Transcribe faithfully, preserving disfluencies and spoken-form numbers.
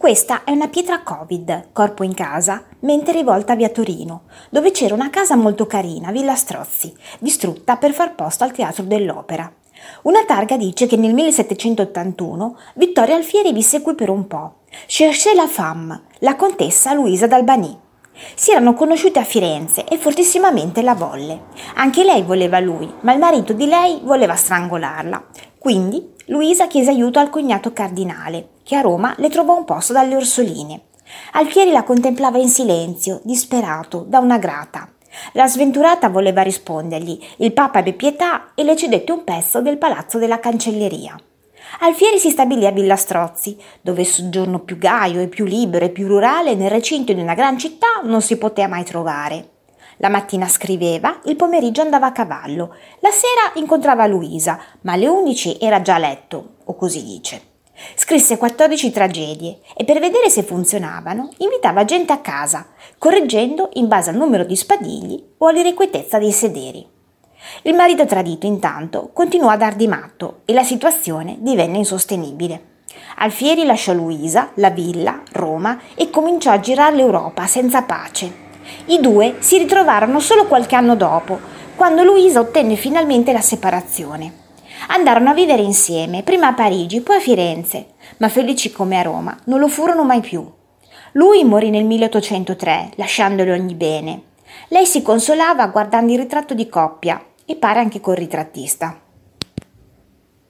Questa è una pietra Covid, corpo in casa, mente rivolta via Torino, dove c'era una casa molto carina, Villa Strozzi, distrutta per far posto al Teatro dell'Opera. Una targa dice che nel millesettecentottantuno Vittorio Alfieri visse qui per un po'. Cherchez la femme, la contessa Luisa d'Albany. Si erano conosciute a Firenze e fortissimamente la volle. Anche lei voleva lui, ma il marito di lei voleva strangolarla. Quindi Luisa chiese aiuto al cognato cardinale, che a Roma le trovò un posto dalle Orsoline. Alfieri la contemplava in silenzio, disperato, da una grata. La sventurata voleva rispondergli, il Papa ebbe pietà e le cedette un pezzo del palazzo della Cancelleria. Alfieri si stabilì a Villa Strozzi, dove il soggiorno più gaio e più libero e più rurale nel recinto di una gran città non si poteva mai trovare. La mattina scriveva, il pomeriggio andava a cavallo, la sera incontrava Luisa, ma alle undici era già a letto, o così dice. Scrisse quattordici tragedie e per vedere se funzionavano invitava gente a casa, correggendo in base al numero di spadigli o all'irrequietezza dei sederi. Il marito tradito intanto continuò a dar di matto e la situazione divenne insostenibile. Alfieri lasciò Luisa, la villa, Roma e cominciò a girare l'Europa senza pace. I due si ritrovarono solo qualche anno dopo, quando Luisa ottenne finalmente la separazione. Andarono a vivere insieme, prima a Parigi, poi a Firenze, ma felici come a Roma non lo furono mai più. Lui morì nel milleottocentotre, lasciandole ogni bene. Lei si consolava guardando il ritratto di coppia e pare anche col ritrattista.